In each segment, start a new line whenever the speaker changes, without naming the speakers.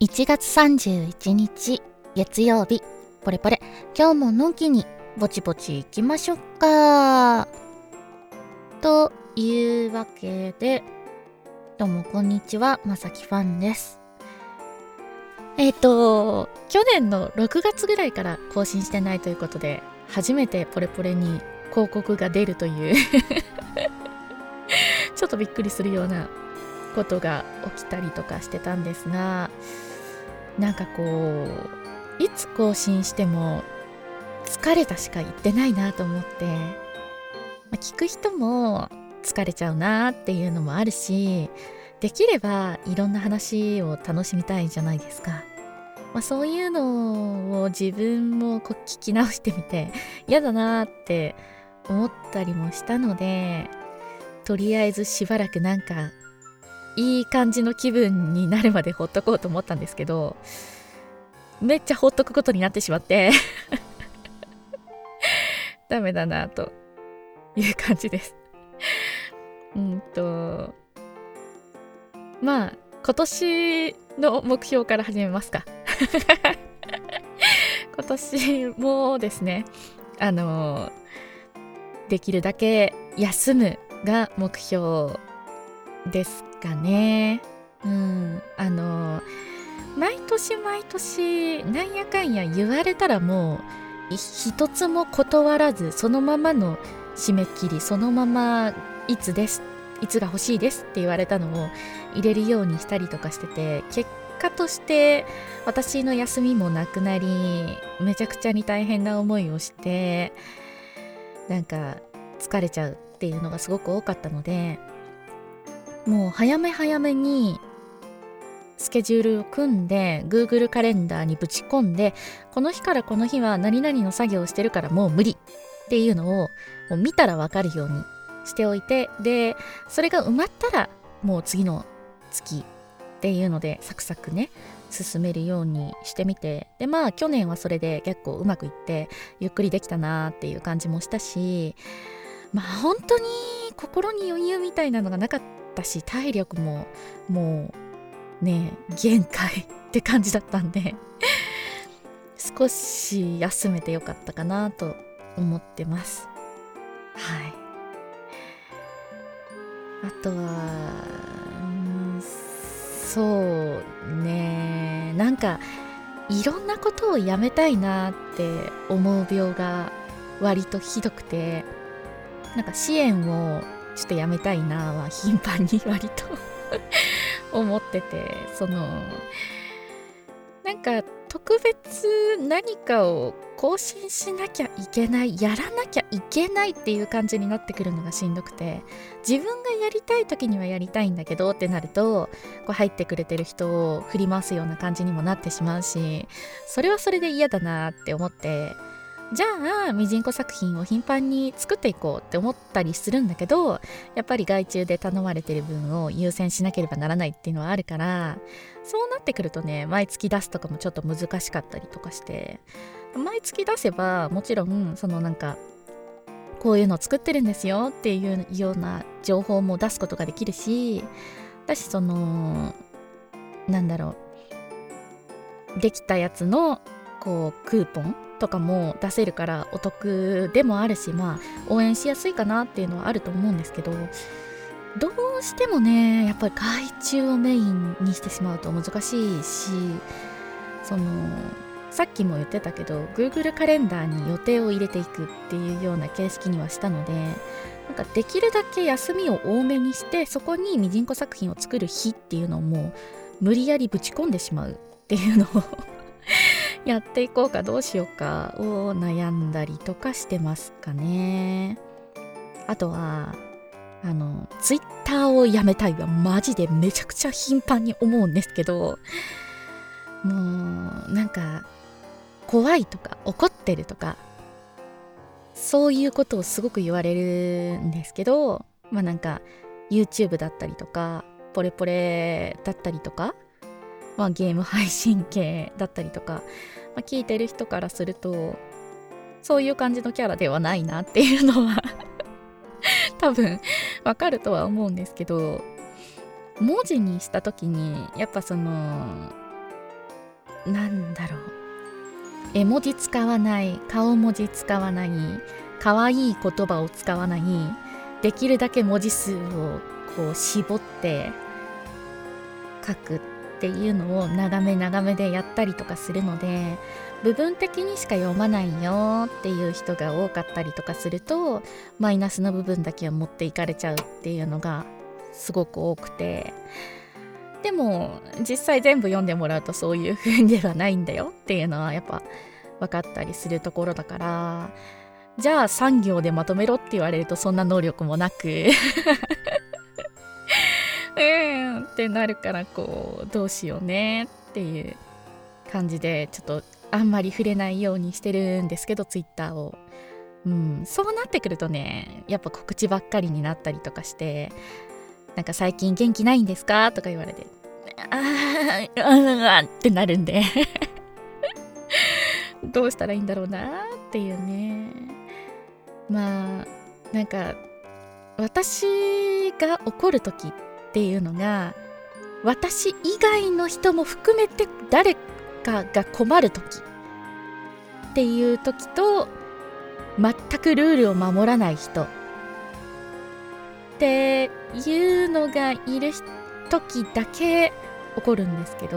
1月31日月曜日、ポレポレ、今日ものんきにぼちぼち行きましょうか。というわけで、どうもこんにちは、まさきファンです。去年の6月ぐらいから更新してないということで、初めてポレポレに広告が出るというちょっとびっくりするようなことが起きたりとかしてたんですが、なんかこういつ更新しても疲れたしか言ってないなと思って、聞く人も疲れちゃうなっていうのもあるし、できればいろんな話を楽しみたいじゃないですか。そういうのを自分も聞き直してみて嫌だなって思ったりもしたので、とりあえずしばらくなんかいい感じの気分になるまでほっとこうと思ったんですけど、めっちゃほっとくことになってしまってダメだなという感じです。今年の目標から始めますか今年もですね、できるだけ休むが目標ですかね。毎年なんやかんや言われたらもう一つも断らず、そのままの締め切り、そのままいつが欲しいですって言われたのを入れるようにしたりとかしてて、結果として私の休みもなくなり、めちゃくちゃに大変な思いをして、なんか疲れちゃうっていうのがすごく多かったので、もう早めにスケジュールを組んで Google カレンダーにぶち込んで、この日からこの日は何々の作業をしてるからもう無理っていうのをもう見たら分かるようにしておいて、でそれが埋まったらもう次の月っていうのでサクサクね進めるようにしてみて、で去年はそれで結構うまくいってゆっくりできたなっていう感じもしたし、本当に心に余裕みたいなのがなかったし、体力ももうね限界って感じだったんで少し休めてよかったかなと思ってます。はい。あとはそうね、なんかいろんなことをやめたいなって思う病が割とひどくて、なんか支援をちょっとやめたいなは頻繁に割と思ってて、なんか特別何かを更新しなきゃいけない、やらなきゃいけないっていう感じになってくるのがしんどくて、自分がやりたい時にはやりたいんだけどってなると、入ってくれてる人を振り回すような感じにもなってしまうし、それはそれで嫌だなって思って、じゃあミジンコ作品を頻繁に作っていこうって思ったりするんだけど、やっぱり外注で頼まれてる分を優先しなければならないっていうのはあるから、そうなってくるとね、毎月出すとかもちょっと難しかったりとかして、毎月出せばもちろんなんかこういうの作ってるんですよっていうような情報も出すことができるし、だしなんだろう、できたやつのクーポンとかも出せるからお得でもあるし、応援しやすいかなっていうのはあると思うんですけど、どうしてもねやっぱり外注をメインにしてしまうと難しいし、さっきも言ってたけど Google カレンダーに予定を入れていくっていうような形式にはしたので、なんかできるだけ休みを多めにして、そこにミジンコ作品を作る日っていうのをもう無理やりぶち込んでしまうっていうのをやっていこうかどうしようかを悩んだりとかしてますかね。あとはツイッターをやめたいはマジでめちゃくちゃ頻繁に思うんですけど、もうなんか怖いとか怒ってるとかそういうことをすごく言われるんですけど、なんか YouTube だったりとかポレポレだったりとか、ゲーム配信系だったりとか、聞いてる人からするとそういう感じのキャラではないなっていうのは多分わかるとは思うんですけど、文字にした時にやっぱなんだろう、絵文字使わない、顔文字使わない、可愛い言葉を使わない、できるだけ文字数をこう絞って書くっていうのを長め長めでやったりとかするので、部分的にしか読まないよっていう人が多かったりとかすると、マイナスの部分だけを持っていかれちゃうっていうのがすごく多くて、でも実際全部読んでもらうとそういう風ではないんだよっていうのはやっぱ分かったりするところだから、じゃあ3行でまとめろって言われるとそんな能力もなくってなるから、こうどうしようねっていう感じでちょっとあんまり触れないようにしてるんですけど、ツイッターを。そうなってくるとね、やっぱ告知ばっかりになったりとかして、なんか最近元気ないんですかとか言われて、ってなるんでどうしたらいいんだろうなっていうね。まあなんか私が怒る時っていうのが、私以外の人も含めて誰かが困る時っていう時と、全くルールを守らない人っていうのがいる時だけ怒るんですけど、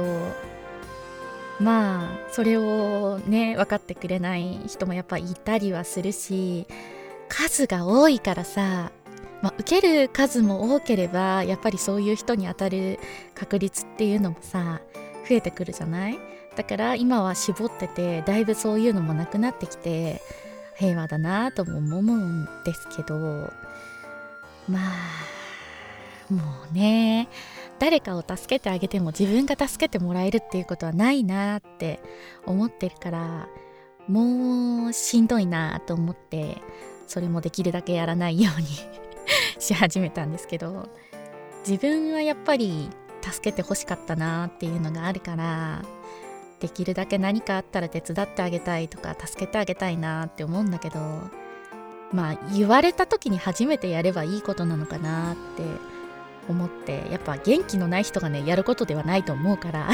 まあそれをね分かってくれない人もやっぱいたりはするし、数が多いからさ、受ける数も多ければやっぱりそういう人に当たる確率っていうのもさ増えてくるじゃない。だから今は絞ってて、だいぶそういうのもなくなってきて平和だなとも思うんですけど、まあもうね、誰かを助けてあげても自分が助けてもらえるっていうことはないなって思ってるから、もうしんどいなと思って、それもできるだけやらないようにし始めたんですけど、自分はやっぱり助けてほしかったなっていうのがあるから、できるだけ何かあったら手伝ってあげたいとか助けてあげたいなって思うんだけど、言われた時に初めてやればいいことなのかなって思って、やっぱ元気のない人がねやることではないと思うから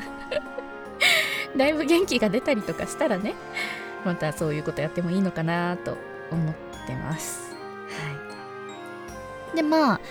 だいぶ元気が出たりとかしたらね、またそういうことやってもいいのかなと思ってます。はい。で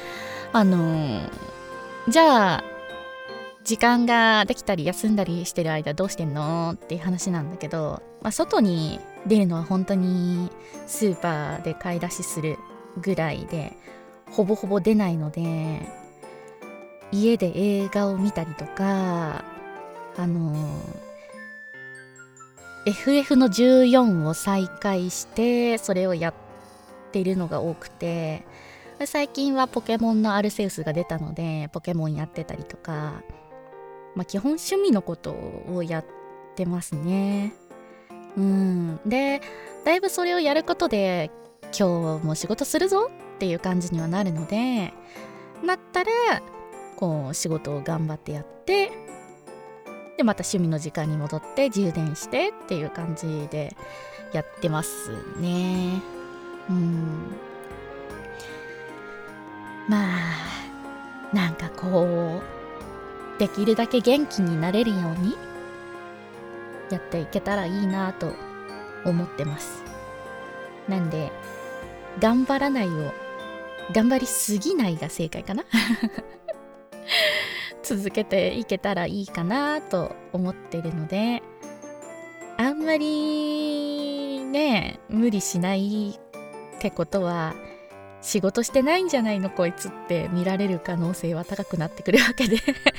じゃあ時間ができたり休んだりしてる間どうしてんのっていう話なんだけど、外に出るのは本当にスーパーで買い出しするぐらいでほぼほぼ出ないので、家で映画を見たりとか、FF の14を再開してそれをやってるのが多くて、最近はポケモンのアルセウスが出たのでポケモンやってたりとか、基本趣味のことをやってますね。でだいぶそれをやることで今日も仕事するぞっていう感じにはなるので、なったらこう仕事を頑張ってやって、でまた趣味の時間に戻って充電してっていう感じでやってますね。なんかこうできるだけ元気になれるようにやっていけたらいいなと思ってます。なんで頑張らないを頑張りすぎないが正解かな続けていけたらいいかなと思ってるので、あんまりね無理しないってことは、仕事してないんじゃないのこいつって見られる可能性は高くなってくるわけで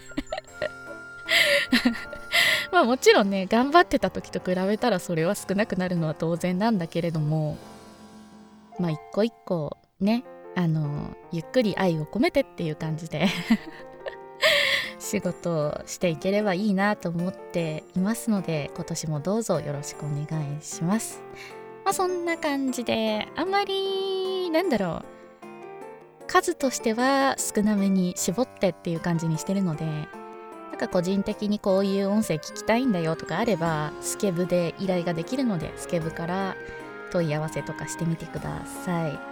もちろんね頑張ってた時と比べたらそれは少なくなるのは当然なんだけれども、一個一個ねゆっくり愛を込めてっていう感じで仕事をしていければいいなと思っていますので、今年もどうぞよろしくお願いします。そんな感じで、あんまり数としては少なめに絞ってっていう感じにしてるので、個人的にこういう音声聞きたいんだよとかあればスケブで依頼ができるので、スケブから問い合わせとかしてみてください。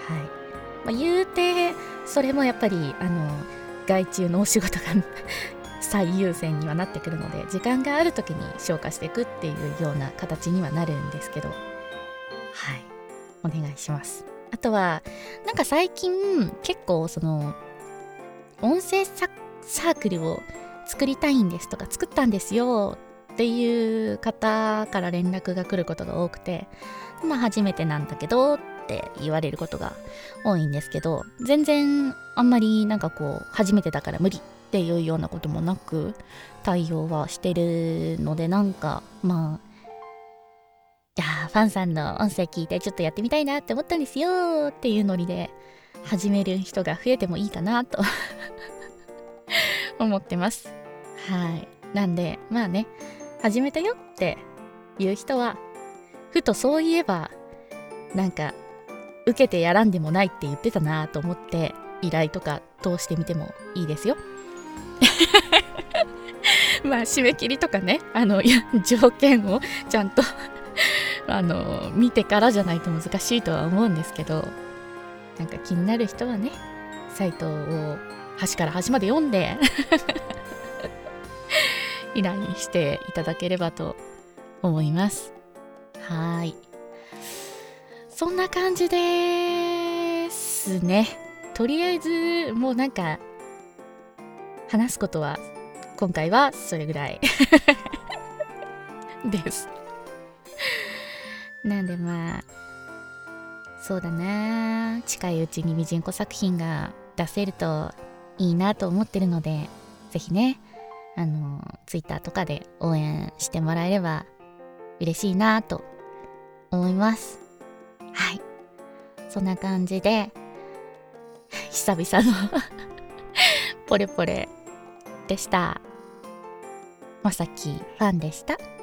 言うてそれもやっぱり外注のお仕事が最優先にはなってくるので、時間がある時に消化していくっていうような形にはなるんですけど、はい、お願いします。あとはなんか最近結構その音声サークルを作りたいんですとか、作ったんですよっていう方から連絡が来ることが多くて、初めてなんだけどって言われることが多いんですけど、全然あんまりなんかこう初めてだから無理っていうようなこともなく対応はしてるので、なんかいやファンさんの音声聞いてちょっとやってみたいなって思ったんですよっていうノリで始める人が増えてもいいかなと思ってます。はい。なんで始めたよっていう人は、ふとそういえばなんか受けてやらんでもないって言ってたなと思って依頼とか通してみてもいいですよ。締め切りとかね、条件をちゃんと見てからじゃないと難しいとは思うんですけど、なんか気になる人はね、サイトを端から端まで読んで依頼していただければと思います。はい。そんな感じですね。とりあえずもうなんか話すことは今回はそれぐらいです。なんでそうだな、近いうちにミジンコ作品が出せるといいなと思ってるので、ぜひね、ツイッターとかで応援してもらえれば嬉しいなと思います。はい、そんな感じで久々のポレポレでした。まさきファンでした。